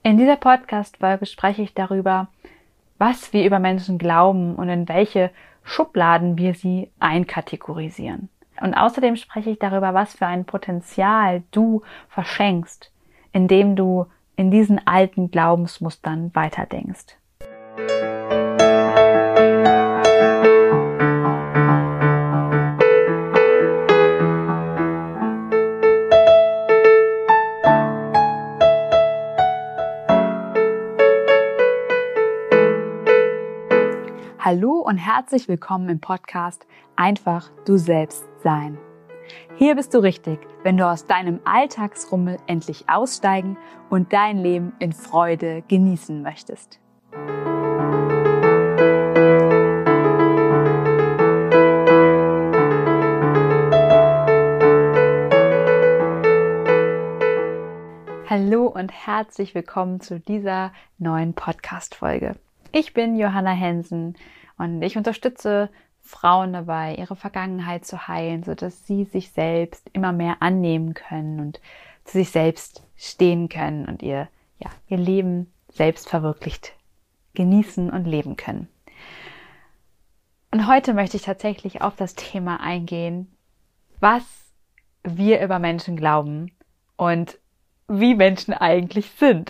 In dieser Podcast-Folge spreche ich darüber, was wir über Menschen glauben und in welche Schubladen wir sie einkategorisieren. Und außerdem spreche ich darüber, was für ein Potenzial du verschenkst, indem du in diesen alten Glaubensmustern weiterdenkst. Hallo und herzlich willkommen im Podcast Einfach du selbst sein. Hier bist du richtig, wenn du aus deinem Alltagsrummel endlich aussteigen und dein Leben in Freude genießen möchtest. Hallo und herzlich willkommen zu dieser neuen Podcast-Folge. Ich bin Johanna Hensen und ich unterstütze Frauen dabei, ihre Vergangenheit zu heilen, sodass sie sich selbst immer mehr annehmen können und zu sich selbst stehen können und ihr Leben selbst verwirklicht genießen und leben können. Und heute möchte ich tatsächlich auf das Thema eingehen, was wir über Menschen glauben und wie Menschen eigentlich sind.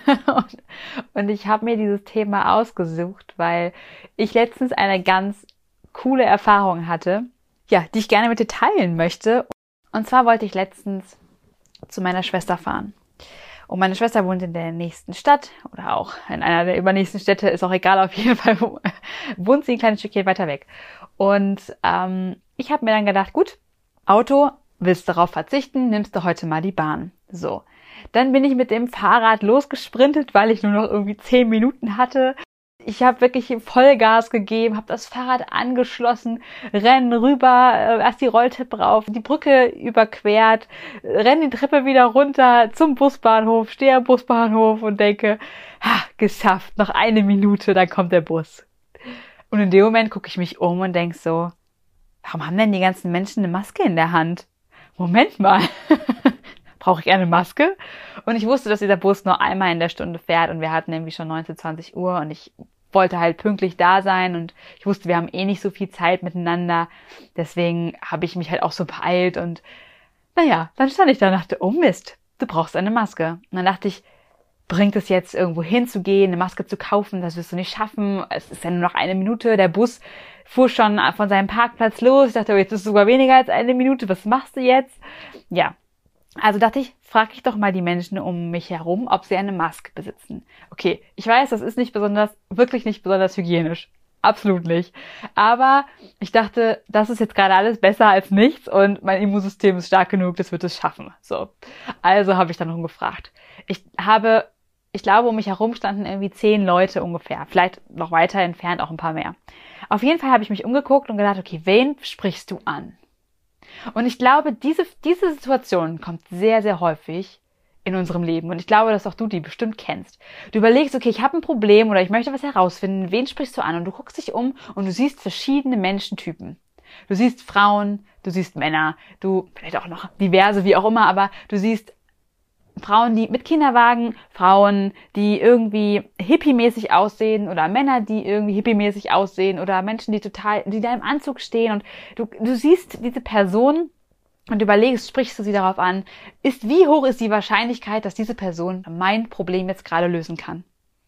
Und ich habe mir dieses Thema ausgesucht, weil ich letztens eine ganz coole Erfahrung hatte, die ich gerne mit dir teilen möchte. Und zwar wollte ich letztens zu meiner Schwester fahren. Und meine Schwester wohnt in der nächsten Stadt oder auch in einer der übernächsten Städte, ist auch egal, auf jeden Fall wohnt sie ein kleines Stückchen weiter weg. Und ich habe mir dann gedacht, gut, Auto, willst du darauf verzichten, nimmst du heute mal die Bahn. So. Dann bin ich mit dem Fahrrad losgesprintet, weil ich nur noch irgendwie 10 Minuten hatte. Ich habe wirklich Vollgas gegeben, habe das Fahrrad angeschlossen, renn rüber, erst die Rolltreppe rauf, die Brücke überquert, renn die Treppe wieder runter zum Busbahnhof, stehe am Busbahnhof und denke, geschafft, noch 1 Minute, dann kommt der Bus. Und in dem Moment gucke ich mich um und denke so, warum haben denn die ganzen Menschen eine Maske in der Hand? Moment mal. Brauche ich eine Maske? Und ich wusste, dass dieser Bus nur einmal in der Stunde fährt und wir hatten irgendwie schon 19, 20 Uhr und ich wollte halt pünktlich da sein und ich wusste, wir haben eh nicht so viel Zeit miteinander. Deswegen habe ich mich halt auch so beeilt und dann stand ich da und dachte, oh Mist, du brauchst eine Maske. Und dann dachte ich, bringt es jetzt irgendwo hinzugehen, eine Maske zu kaufen, das wirst du nicht schaffen. Es ist ja nur noch 1 Minute, der Bus fuhr schon von seinem Parkplatz los. Ich dachte, jetzt ist es sogar weniger als 1 Minute, was machst du jetzt? Ja. Also dachte ich, frage ich doch mal die Menschen um mich herum, ob sie eine Maske besitzen. Okay, ich weiß, das ist wirklich nicht besonders hygienisch. Absolut nicht. Aber ich dachte, das ist jetzt gerade alles besser als nichts und mein Immunsystem ist stark genug, das wird es schaffen. So. Also habe ich dann rumgefragt. Ich glaube, um mich herum standen irgendwie 10 Leute ungefähr. Vielleicht noch weiter entfernt auch ein paar mehr. Auf jeden Fall habe ich mich umgeguckt und gedacht, okay, wen sprichst du an? Und ich glaube, diese Situation kommt sehr, sehr häufig in unserem Leben. Und ich glaube, dass auch du die bestimmt kennst. Du überlegst, okay, ich habe ein Problem oder ich möchte was herausfinden. Wen sprichst du an? Und du guckst dich um und du siehst verschiedene Menschentypen. Du siehst Frauen, du siehst Männer, du vielleicht auch noch diverse, wie auch immer, aber du siehst Frauen, die mit Kinderwagen, Frauen, die irgendwie hippie-mäßig aussehen oder Männer, die irgendwie hippie-mäßig aussehen oder Menschen, die da im Anzug stehen und du siehst diese Person und überlegst, sprichst du sie darauf an, wie hoch ist die Wahrscheinlichkeit, dass diese Person mein Problem jetzt gerade lösen kann?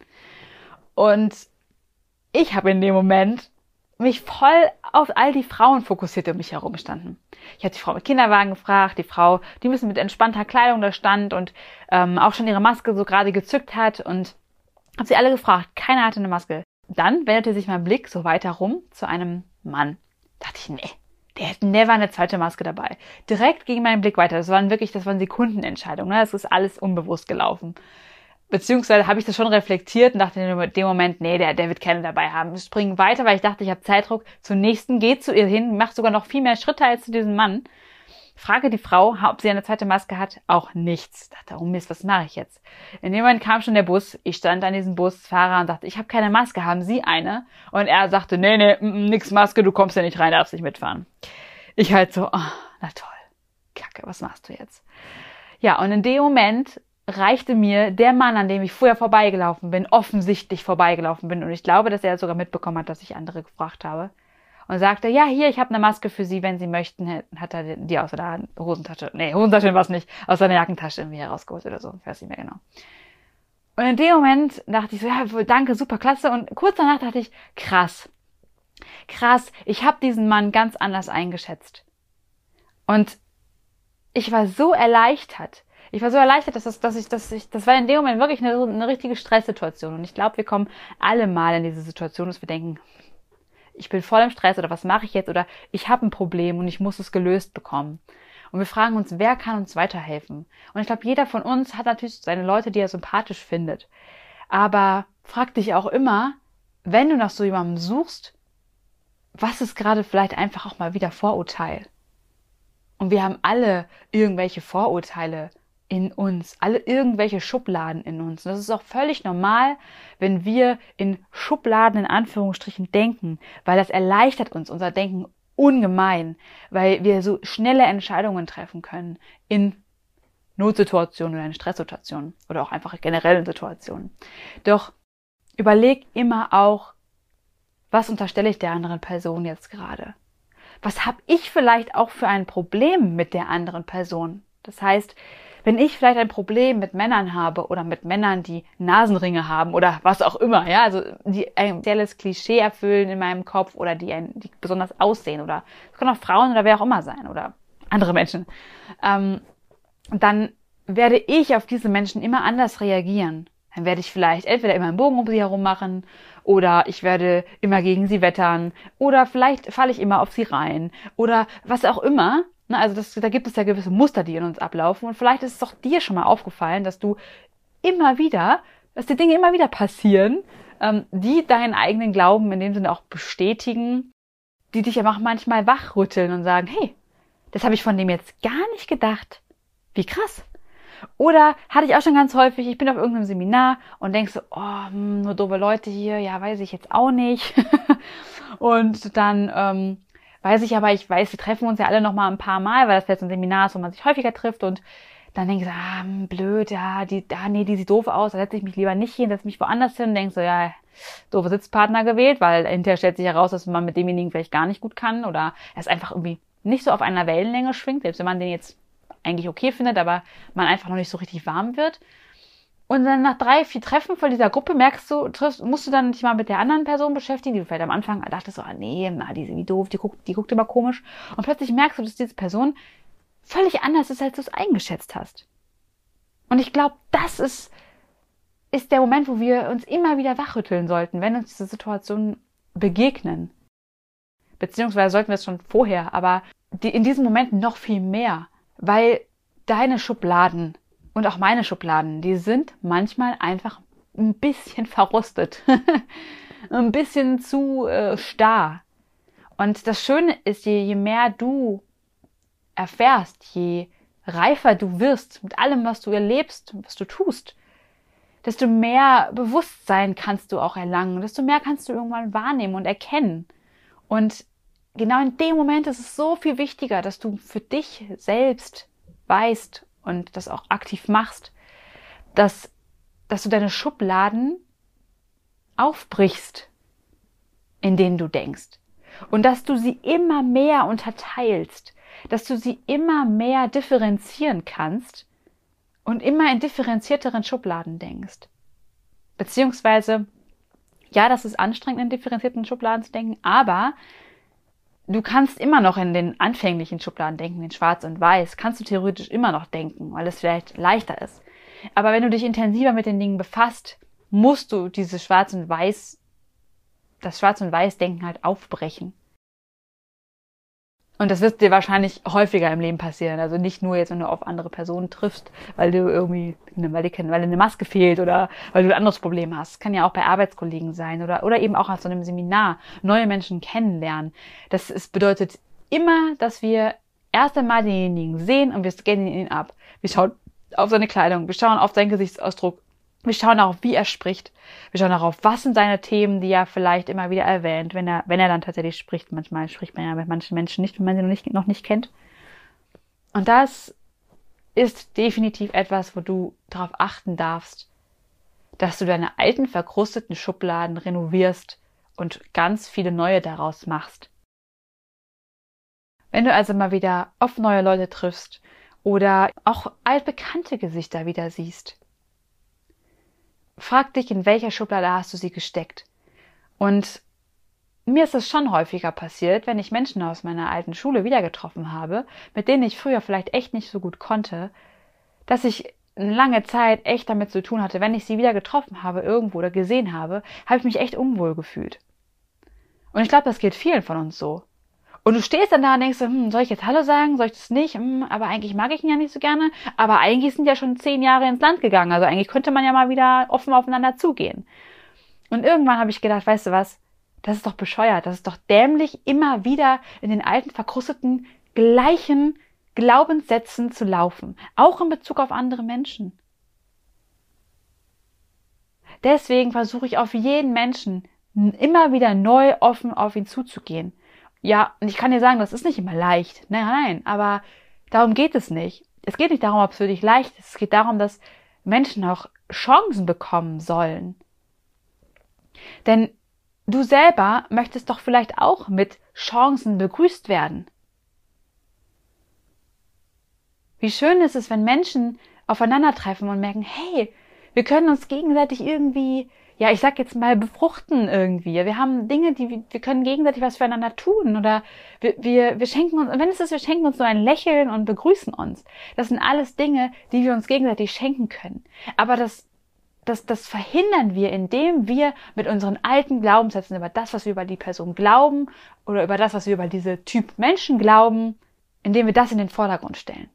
Und ich habe in dem Moment mich voll auf all die Frauen fokussiert, die um mich herum standen. Ich habe die Frau mit Kinderwagen gefragt, die Frau, die ein bisschen mit entspannter Kleidung da stand und auch schon ihre Maske so gerade gezückt hat und habe sie alle gefragt. Keiner hatte eine Maske. Dann wendete sich mein Blick so weiter rum zu einem Mann. Dachte ich, nee, der hätte never eine zweite Maske dabei. Direkt ging mein Blick weiter. Das waren Sekundenentscheidungen. Ne? Das ist alles unbewusst gelaufen. Beziehungsweise habe ich das schon reflektiert und dachte in dem Moment, nee, der wird keine dabei haben. Wir springen weiter, weil ich dachte, ich habe Zeitdruck. Zur nächsten, geht zu ihr hin, macht sogar noch viel mehr Schritte als zu diesem Mann. Frage die Frau, ob sie eine zweite Maske hat. Auch nichts. Dachte, oh Mist, was mache ich jetzt? In dem Moment kam schon der Bus. Ich stand an diesem Busfahrer und dachte, ich habe keine Maske, haben Sie eine? Und er sagte, nee, nix Maske, du kommst ja nicht rein, darfst nicht mitfahren. Ich halt so, na toll, Kacke, was machst du jetzt? Ja, und in dem Moment reichte mir der Mann, an dem ich vorher offensichtlich vorbeigelaufen bin. Und ich glaube, dass er sogar mitbekommen hat, dass ich andere gefragt habe. Und sagte, ja, hier, ich habe eine Maske für Sie, wenn Sie möchten. Hat er die aus der Hosentasche war es nicht, aus seiner Jackentasche irgendwie herausgeholt oder so. Ich weiß nicht mehr genau. Und in dem Moment dachte ich so, ja, danke, super, klasse. Und kurz danach dachte ich, krass, ich habe diesen Mann ganz anders eingeschätzt. Und ich war so erleichtert. Das war in dem Moment wirklich eine richtige Stresssituation. Und ich glaube, wir kommen alle mal in diese Situation, dass wir denken, ich bin voll im Stress oder was mache ich jetzt oder ich habe ein Problem und ich muss es gelöst bekommen. Und wir fragen uns, wer kann uns weiterhelfen? Und ich glaube, jeder von uns hat natürlich seine Leute, die er sympathisch findet. Aber frag dich auch immer, wenn du nach so jemandem suchst, was ist gerade vielleicht einfach auch mal wieder Vorurteil? Und wir haben alle irgendwelche Vorurteile in uns, alle irgendwelche Schubladen in uns. Und das ist auch völlig normal, wenn wir in Schubladen in Anführungsstrichen denken, weil das erleichtert uns unser Denken ungemein, weil wir so schnelle Entscheidungen treffen können in Notsituationen oder in Stresssituationen oder auch einfach generellen Situationen. Doch überleg immer auch, was unterstelle ich der anderen Person jetzt gerade? Was habe ich vielleicht auch für ein Problem mit der anderen Person? Das heißt, wenn ich vielleicht ein Problem mit Männern habe oder mit Männern, die Nasenringe haben oder was auch immer, ja, also die ein spezielles Klischee erfüllen in meinem Kopf oder die besonders aussehen oder es können auch Frauen oder wer auch immer sein oder andere Menschen, dann werde ich auf diese Menschen immer anders reagieren. Dann werde ich vielleicht entweder immer einen Bogen um sie herum machen oder ich werde immer gegen sie wettern oder vielleicht falle ich immer auf sie rein oder was auch immer. Also da gibt es ja gewisse Muster, die in uns ablaufen und vielleicht ist es auch dir schon mal aufgefallen, dass die Dinge immer wieder passieren, die deinen eigenen Glauben in dem Sinne auch bestätigen, die dich aber auch manchmal wachrütteln und sagen, hey, das habe ich von dem jetzt gar nicht gedacht. Wie krass. Oder hatte ich auch schon ganz häufig, ich bin auf irgendeinem Seminar und denk so, nur doofe Leute hier, ja, weiß ich jetzt auch nicht. Und dann ich weiß, wir treffen uns ja alle noch mal ein paar Mal, weil das jetzt ein Seminar ist, wo man sich häufiger trifft und dann denke ich so, blöd, ja, die sieht doof aus, da setze ich mich lieber nicht hin, setze mich woanders hin und denke so, ja, doofe Sitzpartner gewählt, weil hinterher stellt sich heraus, dass man mit demjenigen vielleicht gar nicht gut kann oder er ist einfach irgendwie nicht so auf einer Wellenlänge schwingt, selbst wenn man den jetzt eigentlich okay findet, aber man einfach noch nicht so richtig warm wird. Und dann nach 3, 4 Treffen von dieser Gruppe musst du dann dich mal mit der anderen Person beschäftigen, die du vielleicht am Anfang dachtest, die ist wie doof, die guckt immer komisch. Und plötzlich merkst du, dass diese Person völlig anders ist, als du es eingeschätzt hast. Und ich glaube, das ist der Moment, wo wir uns immer wieder wachrütteln sollten, wenn uns diese Situationen begegnen. Beziehungsweise sollten wir es schon vorher, aber in diesen Momenten noch viel mehr. Weil deine Schubladen und auch meine Schubladen, die sind manchmal einfach ein bisschen verrostet. Ein bisschen zu starr. Und das Schöne ist, je mehr du erfährst, je reifer du wirst mit allem, was du erlebst und was du tust, desto mehr Bewusstsein kannst du auch erlangen, desto mehr kannst du irgendwann wahrnehmen und erkennen. Und genau in dem Moment ist es so viel wichtiger, dass du für dich selbst weißt und das auch aktiv machst, dass du deine Schubladen aufbrichst, in denen du denkst. Und dass du sie immer mehr unterteilst, dass du sie immer mehr differenzieren kannst und immer in differenzierteren Schubladen denkst. Beziehungsweise, ja, das ist anstrengend, in differenzierten Schubladen zu denken, aber du kannst immer noch in den anfänglichen Schubladen denken, in Schwarz und Weiß, kannst du theoretisch immer noch denken, weil es vielleicht leichter ist. Aber wenn du dich intensiver mit den Dingen befasst, musst du das Schwarz- und Weiß-Denken halt aufbrechen. Und das wird dir wahrscheinlich häufiger im Leben passieren. Also nicht nur jetzt, wenn du auf andere Personen triffst, weil dir eine Maske fehlt oder weil du ein anderes Problem hast. Das kann ja auch bei Arbeitskollegen sein oder eben auch auf so einem Seminar neue Menschen kennenlernen. Bedeutet immer, dass wir erst einmal denjenigen sehen und wir scannen ihn ab. Wir schauen auf seine Kleidung, wir schauen auf seinen Gesichtsausdruck, wir schauen darauf, wie er spricht. Wir schauen darauf, was sind seine Themen, die er vielleicht immer wieder erwähnt, wenn er dann tatsächlich spricht. Manchmal spricht man ja mit manchen Menschen nicht, wenn man sie noch nicht kennt. Und das ist definitiv etwas, wo du darauf achten darfst, dass du deine alten, verkrusteten Schubladen renovierst und ganz viele neue daraus machst. Wenn du also mal wieder auf neue Leute triffst oder auch altbekannte Gesichter wieder siehst, frag dich, in welcher Schublade hast du sie gesteckt? Und mir ist es schon häufiger passiert, wenn ich Menschen aus meiner alten Schule wieder getroffen habe, mit denen ich früher vielleicht echt nicht so gut konnte, dass ich eine lange Zeit echt damit zu tun hatte, wenn ich sie wieder getroffen habe irgendwo oder gesehen habe, habe ich mich echt unwohl gefühlt. Und ich glaube, das geht vielen von uns so. Und du stehst dann da und denkst so, soll ich jetzt Hallo sagen, soll ich das nicht? Aber eigentlich mag ich ihn ja nicht so gerne. Aber eigentlich sind ja schon 10 Jahre ins Land gegangen. Also eigentlich könnte man ja mal wieder offen aufeinander zugehen. Und irgendwann habe ich gedacht, weißt du was, das ist doch bescheuert. Das ist doch dämlich, immer wieder in den alten, verkrusteten, gleichen Glaubenssätzen zu laufen. Auch in Bezug auf andere Menschen. Deswegen versuche ich auf jeden Menschen immer wieder neu offen auf ihn zuzugehen. Ja, und ich kann dir sagen, das ist nicht immer leicht. Nein, aber darum geht es nicht. Es geht nicht darum, ob es für dich leicht ist. Es geht darum, dass Menschen auch Chancen bekommen sollen. Denn du selber möchtest doch vielleicht auch mit Chancen begrüßt werden. Wie schön ist es, wenn Menschen aufeinandertreffen und merken, hey, wir können uns gegenseitig irgendwie, ja, ich sag jetzt mal, befruchten irgendwie. Wir haben Dinge, wir können gegenseitig was füreinander tun oder wir schenken uns, und wenn es ist, wir schenken uns so ein Lächeln und begrüßen uns. Das sind alles Dinge, die wir uns gegenseitig schenken können. Aber das verhindern wir, indem wir mit unseren alten Glaubenssätzen über das, was wir über die Person glauben oder über das, was wir über diese Typ Menschen glauben, indem wir das in den Vordergrund stellen.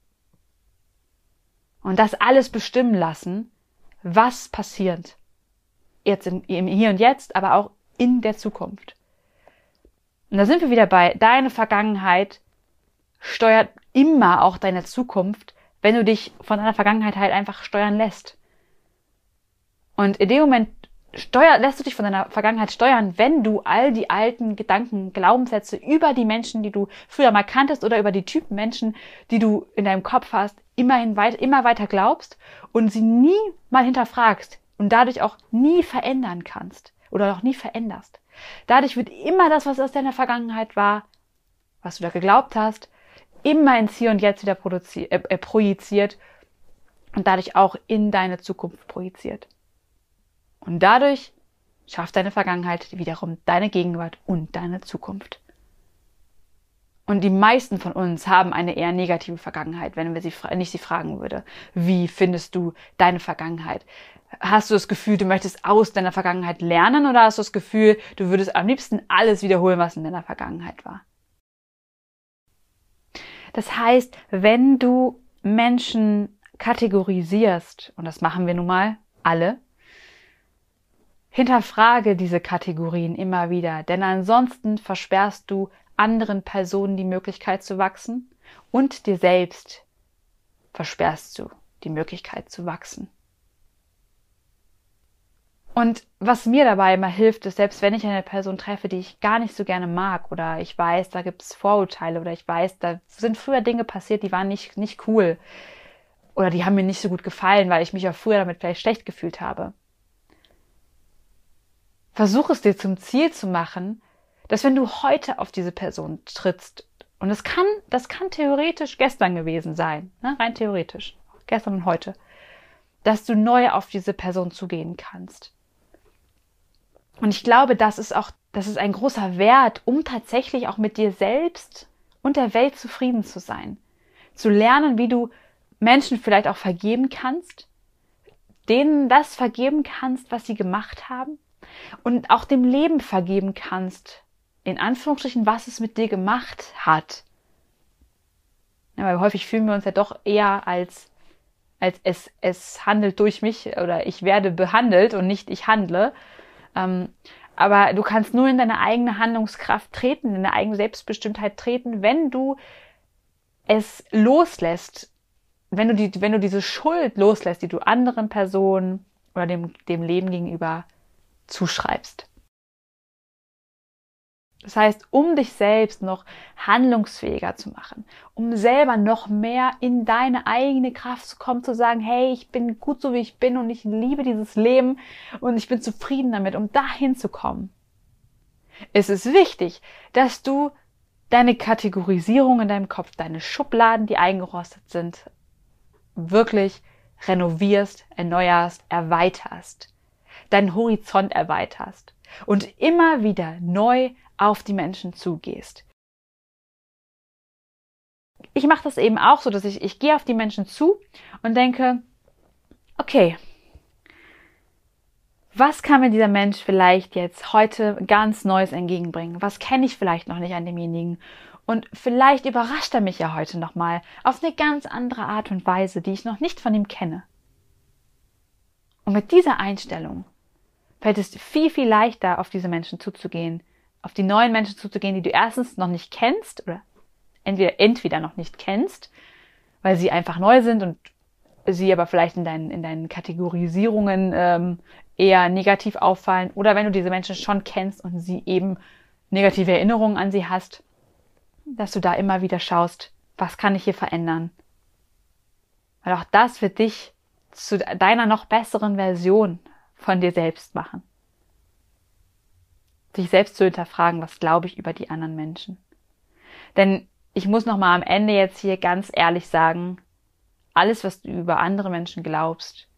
Und das alles bestimmen lassen, was passiert. Jetzt im Hier und Jetzt, aber auch in der Zukunft. Und da sind wir wieder bei, deine Vergangenheit steuert immer auch deine Zukunft, wenn du dich von deiner Vergangenheit halt einfach steuern lässt. Und in dem Moment lässt du dich von deiner Vergangenheit steuern, wenn du all die alten Gedanken, Glaubenssätze über die Menschen, die du früher mal kanntest oder über die Typen Menschen, die du in deinem Kopf hast, immer weiter glaubst und sie nie mal hinterfragst und dadurch auch nie verändern kannst oder auch nie veränderst. Dadurch wird immer das, was aus deiner Vergangenheit war, was du da geglaubt hast, immer ins Hier und Jetzt wieder projiziert und dadurch auch in deine Zukunft projiziert. Und dadurch schafft deine Vergangenheit wiederum deine Gegenwart und deine Zukunft. Und die meisten von uns haben eine eher negative Vergangenheit, wenn wir sie fragen würde. Wie findest du deine Vergangenheit? Hast du das Gefühl, du möchtest aus deiner Vergangenheit lernen oder hast du das Gefühl, du würdest am liebsten alles wiederholen, was in deiner Vergangenheit war? Das heißt, wenn du Menschen kategorisierst, und das machen wir nun mal alle, hinterfrage diese Kategorien immer wieder, denn ansonsten versperrst du anderen Personen die Möglichkeit zu wachsen und dir selbst versperrst du die Möglichkeit zu wachsen. Und was mir dabei immer hilft, ist, selbst wenn ich eine Person treffe, die ich gar nicht so gerne mag oder ich weiß, da gibt es Vorurteile oder ich weiß, da sind früher Dinge passiert, die waren nicht cool oder die haben mir nicht so gut gefallen, weil ich mich auch früher damit vielleicht schlecht gefühlt habe. Versuch es dir zum Ziel zu machen, dass wenn du heute auf diese Person trittst, und das kann theoretisch gestern gewesen sein, ne? Rein theoretisch, gestern und heute, dass du neu auf diese Person zugehen kannst. Und ich glaube, das ist ein großer Wert, um tatsächlich auch mit dir selbst und der Welt zufrieden zu sein. Zu lernen, wie du Menschen vielleicht auch vergeben kannst, denen das vergeben kannst, was sie gemacht haben, und auch dem Leben vergeben kannst, in Anführungsstrichen, was es mit dir gemacht hat. Ja, weil häufig fühlen wir uns ja doch eher als es handelt durch mich oder ich werde behandelt und nicht ich handle. Aber du kannst nur in deine eigene Handlungskraft treten, in deine eigene Selbstbestimmtheit treten, wenn du es loslässt, wenn du diese Schuld loslässt, die du anderen Personen oder dem Leben gegenüber zuschreibst. Das heißt, um dich selbst noch handlungsfähiger zu machen, um selber noch mehr in deine eigene Kraft zu kommen, zu sagen, hey, ich bin gut so wie ich bin und ich liebe dieses Leben und ich bin zufrieden damit, um dahin zu kommen. Es ist wichtig, dass du deine Kategorisierung in deinem Kopf, deine Schubladen, die eingerostet sind, wirklich renovierst, erneuerst, erweiterst, deinen Horizont erweiterst und immer wieder neu auf die Menschen zugehst. Ich mache das eben auch so, dass ich gehe auf die Menschen zu und denke, okay, was kann mir dieser Mensch vielleicht jetzt heute ganz Neues entgegenbringen? Was kenne ich vielleicht noch nicht an demjenigen? Und vielleicht überrascht er mich ja heute nochmal auf eine ganz andere Art und Weise, die ich noch nicht von ihm kenne. Und mit dieser Einstellung fällt es viel, viel leichter, auf diese Menschen zuzugehen, auf die neuen Menschen zuzugehen, die du erstens noch nicht kennst oder entweder noch nicht kennst, weil sie einfach neu sind und sie aber vielleicht in deinen Kategorisierungen eher negativ auffallen, oder wenn du diese Menschen schon kennst und sie eben negative Erinnerungen an sie hast, dass du da immer wieder schaust, was kann ich hier verändern? Weil auch das wird dich zu deiner noch besseren Version von dir selbst machen. Sich selbst zu hinterfragen, was glaube ich über die anderen Menschen. Denn ich muss nochmal am Ende jetzt hier ganz ehrlich sagen, alles, was du über andere Menschen glaubst,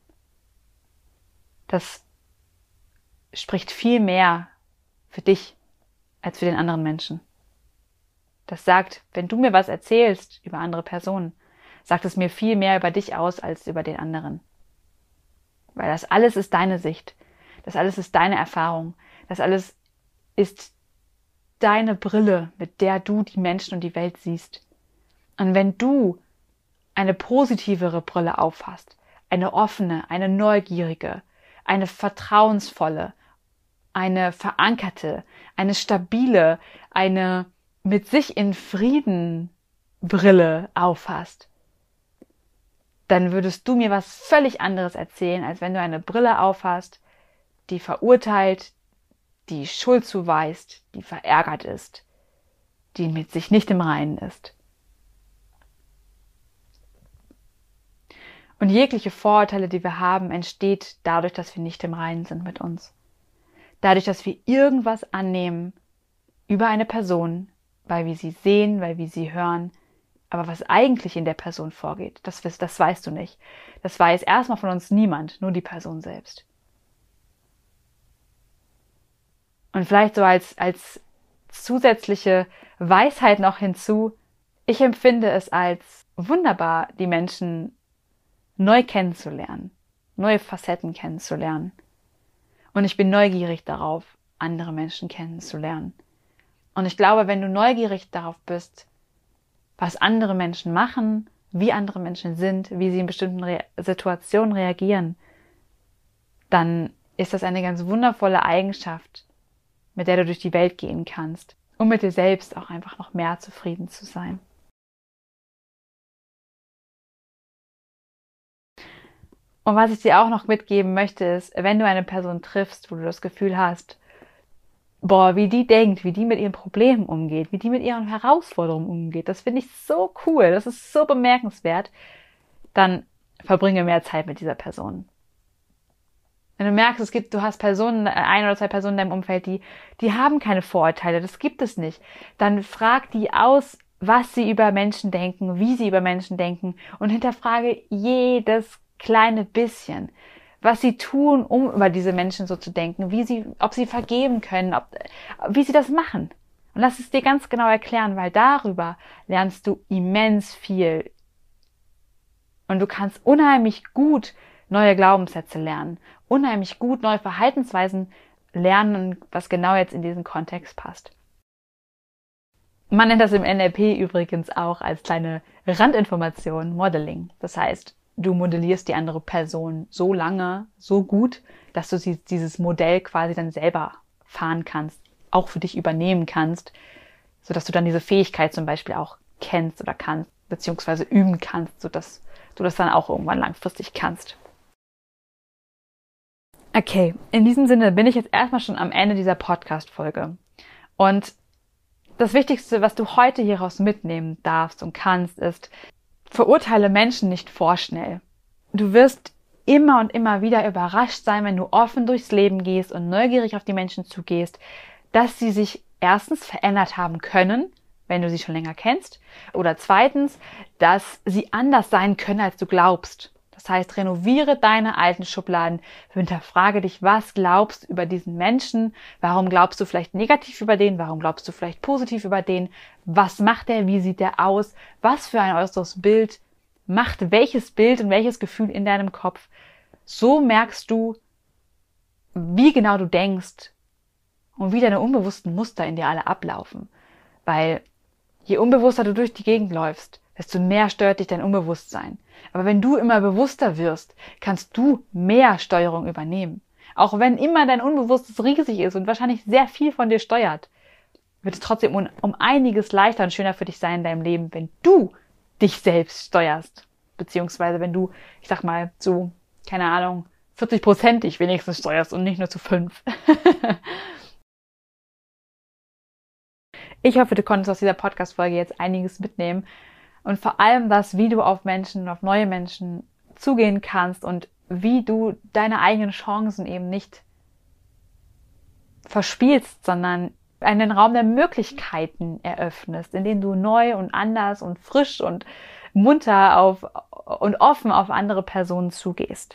das spricht viel mehr für dich als für den anderen Menschen. Das sagt, wenn du mir was erzählst über andere Personen, sagt es mir viel mehr über dich aus als über den anderen. Weil das alles ist deine Sicht. Das alles ist deine Erfahrung. Das alles ist deine Brille, mit der du die Menschen und die Welt siehst. Und wenn du eine positivere Brille aufhast, eine offene, eine neugierige, eine vertrauensvolle, eine verankerte, eine stabile, eine mit sich in Frieden Brille aufhast, dann würdest du mir was völlig anderes erzählen, als wenn du eine Brille aufhast, die verurteilt, die Schuld zuweist, die verärgert ist, die mit sich nicht im Reinen ist. Und jegliche Vorurteile, die wir haben, entsteht dadurch, dass wir nicht im Reinen sind mit uns. Dadurch, dass wir irgendwas annehmen über eine Person, weil wir sie sehen, weil wir sie hören, aber was eigentlich in der Person vorgeht, das weißt du nicht. Das weiß erstmal von uns niemand, nur die Person selbst. Und vielleicht so als zusätzliche Weisheit noch hinzu, ich empfinde es als wunderbar, die Menschen neu kennenzulernen, neue Facetten kennenzulernen. Und ich bin neugierig darauf, andere Menschen kennenzulernen. Und ich glaube, wenn du neugierig darauf bist, was andere Menschen machen, wie andere Menschen sind, wie sie in bestimmten Situationen reagieren, dann ist das eine ganz wundervolle Eigenschaft, mit der du durch die Welt gehen kannst, um mit dir selbst auch einfach noch mehr zufrieden zu sein. Und was ich dir auch noch mitgeben möchte, ist, wenn du eine Person triffst, wo du das Gefühl hast, boah, wie die denkt, wie die mit ihren Problemen umgeht, wie die mit ihren Herausforderungen umgeht, das finde ich so cool, das ist so bemerkenswert, dann verbringe mehr Zeit mit dieser Person. Wenn du merkst, du hast Personen, ein oder zwei Personen in deinem Umfeld, die haben keine Vorurteile, das gibt es nicht, dann frag die aus, was sie über Menschen denken, wie sie über Menschen denken und hinterfrage jedes kleine bisschen, was sie tun, um über diese Menschen so zu denken, ob sie vergeben können, wie sie das machen. Und lass es dir ganz genau erklären, weil darüber lernst du immens viel. Und du kannst unheimlich gut neue Glaubenssätze lernen, unheimlich gut neue Verhaltensweisen lernen, was genau jetzt in diesen Kontext passt. Man nennt das im NLP übrigens auch als kleine Randinformation Modeling. Das heißt, du modellierst die andere Person so lange, so gut, dass du dieses Modell quasi dann selber fahren kannst, auch für dich übernehmen kannst, sodass du dann diese Fähigkeit zum Beispiel auch kennst oder kannst, beziehungsweise üben kannst, sodass du das dann auch irgendwann langfristig kannst. Okay, in diesem Sinne bin ich jetzt erstmal schon am Ende dieser Podcast-Folge. Und das Wichtigste, was du heute hieraus mitnehmen darfst und kannst, ist, verurteile Menschen nicht vorschnell. Du wirst immer und immer wieder überrascht sein, wenn du offen durchs Leben gehst und neugierig auf die Menschen zugehst, dass sie sich erstens verändert haben können, wenn du sie schon länger kennst, oder zweitens, dass sie anders sein können, als du glaubst. Das heißt, renoviere deine alten Schubladen, hinterfrage dich, was glaubst du über diesen Menschen, warum glaubst du vielleicht negativ über den, warum glaubst du vielleicht positiv über den, was macht er, wie sieht er aus, was für ein äußeres Bild macht welches Bild und welches Gefühl in deinem Kopf. So merkst du, wie genau du denkst und wie deine unbewussten Muster in dir alle ablaufen. Weil je unbewusster du durch die Gegend läufst, desto mehr steuert dich dein Unbewusstsein. Aber wenn du immer bewusster wirst, kannst du mehr Steuerung übernehmen. Auch wenn immer dein Unbewusstes riesig ist und wahrscheinlich sehr viel von dir steuert, wird es trotzdem um einiges leichter und schöner für dich sein in deinem Leben, wenn du dich selbst steuerst. Beziehungsweise wenn du, ich sag mal, zu, keine Ahnung, 40% dich wenigstens steuerst und nicht nur zu 5%. Ich hoffe, du konntest aus dieser Podcast-Folge jetzt einiges mitnehmen und vor allem das, wie du auf Menschen, auf neue Menschen zugehen kannst und wie du deine eigenen Chancen eben nicht verspielst, sondern einen Raum der Möglichkeiten eröffnest, in dem du neu und anders und frisch und munter und offen auf andere Personen zugehst.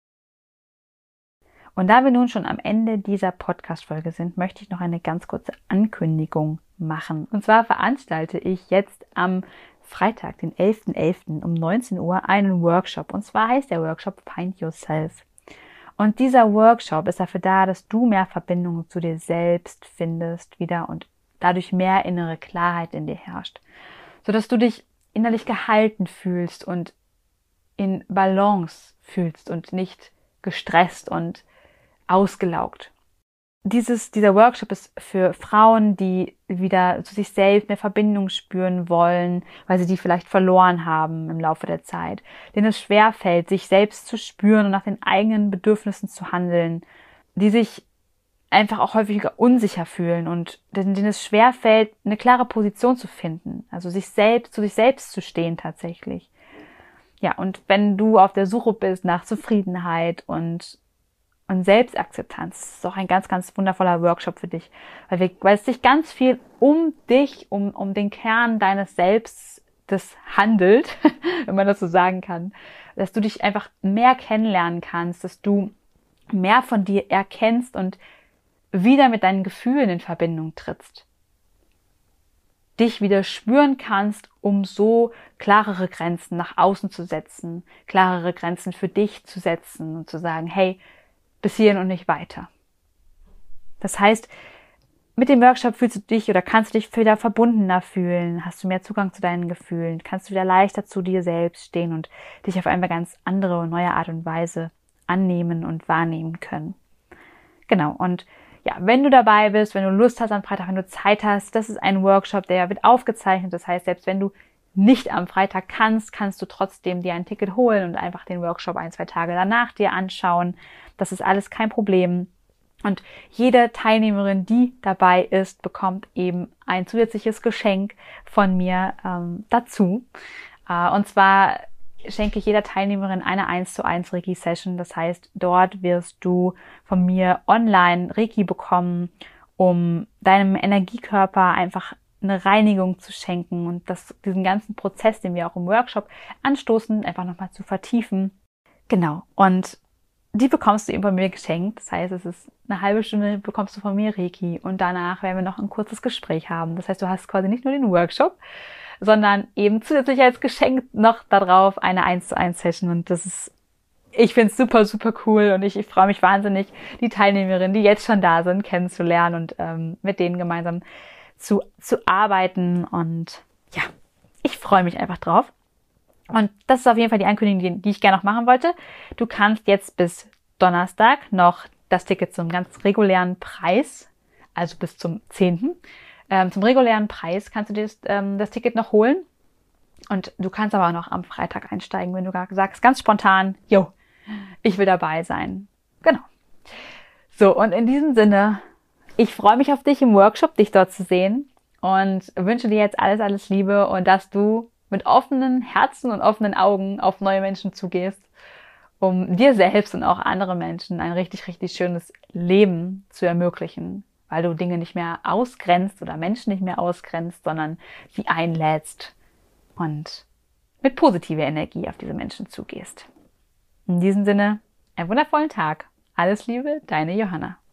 Und da wir nun schon am Ende dieser Podcast-Folge sind, möchte ich noch eine ganz kurze Ankündigung machen. Und zwar veranstalte ich jetzt am Freitag, den 11.11. um 19 Uhr einen Workshop. Und zwar heißt der Workshop Find Yourself. Und dieser Workshop ist dafür da, dass du mehr Verbindung zu dir selbst findest wieder und dadurch mehr innere Klarheit in dir herrscht. Sodass du dich innerlich gehalten fühlst und in Balance fühlst und nicht gestresst und ausgelaugt. Dieser Workshop ist für Frauen, die wieder zu sich selbst mehr Verbindung spüren wollen, weil sie die vielleicht verloren haben im Laufe der Zeit, denen es schwerfällt, sich selbst zu spüren und nach den eigenen Bedürfnissen zu handeln, die sich einfach auch häufiger unsicher fühlen und denen es schwerfällt, eine klare Position zu finden, also zu sich selbst zu stehen tatsächlich. Ja, und wenn du auf der Suche bist nach Zufriedenheit und Selbstakzeptanz, das ist auch ein ganz, ganz wundervoller Workshop für dich, weil es sich ganz viel um dich, um den Kern deines Selbstes handelt, wenn man das so sagen kann, dass du dich einfach mehr kennenlernen kannst, dass du mehr von dir erkennst und wieder mit deinen Gefühlen in Verbindung trittst. Dich wieder spüren kannst, um so klarere Grenzen nach außen zu setzen, klarere Grenzen für dich zu setzen und zu sagen, hey, bis hierhin und nicht weiter. Das heißt, mit dem Workshop fühlst du dich oder kannst du dich wieder verbundener fühlen, hast du mehr Zugang zu deinen Gefühlen, kannst du wieder leichter zu dir selbst stehen und dich auf eine ganz andere und neue Art und Weise annehmen und wahrnehmen können. Genau, und ja, wenn du dabei bist, wenn du Lust hast am Freitag, wenn du Zeit hast, das ist ein Workshop, der wird aufgezeichnet. Das heißt, selbst wenn du nicht am Freitag kannst du trotzdem dir ein Ticket holen und einfach den Workshop 1-2 Tage danach dir anschauen. Das ist alles kein Problem. Und jede Teilnehmerin, die dabei ist, bekommt eben ein zusätzliches Geschenk von mir dazu. Und zwar schenke ich jeder Teilnehmerin eine 1:1 Reiki-Session. Das heißt, dort wirst du von mir online Reiki bekommen, um deinem Energiekörper einfach eine Reinigung zu schenken und diesen ganzen Prozess, den wir auch im Workshop anstoßen, einfach nochmal zu vertiefen. Genau. Und die bekommst du eben von mir geschenkt. Das heißt, es ist eine halbe Stunde, bekommst du von mir Reiki und danach werden wir noch ein kurzes Gespräch haben. Das heißt, du hast quasi nicht nur den Workshop, sondern eben zusätzlich als Geschenk noch darauf eine 1:1 Session und ich finde es super, super cool und ich freue mich wahnsinnig, die Teilnehmerinnen, die jetzt schon da sind, kennenzulernen und mit denen gemeinsam zu arbeiten und ja, ich freue mich einfach drauf. Und das ist auf jeden Fall die Ankündigung, die ich gerne noch machen wollte. Du kannst jetzt bis Donnerstag noch das Ticket zum ganz regulären Preis, also bis zum 10. Zum regulären Preis kannst du dir das Ticket noch holen. Und du kannst aber auch noch am Freitag einsteigen, wenn du sagst, ganz spontan, jo, ich will dabei sein. Genau. So, und in diesem Sinne, ich freue mich auf dich im Workshop, dich dort zu sehen. und wünsche dir jetzt alles, alles Liebe und dass du mit offenen Herzen und offenen Augen auf neue Menschen zugehst, um dir selbst und auch andere Menschen ein richtig, richtig schönes Leben zu ermöglichen, weil du Dinge nicht mehr ausgrenzt oder Menschen nicht mehr ausgrenzt, sondern sie einlädst und mit positiver Energie auf diese Menschen zugehst. In diesem Sinne, einen wundervollen Tag. Alles Liebe, deine Johanna.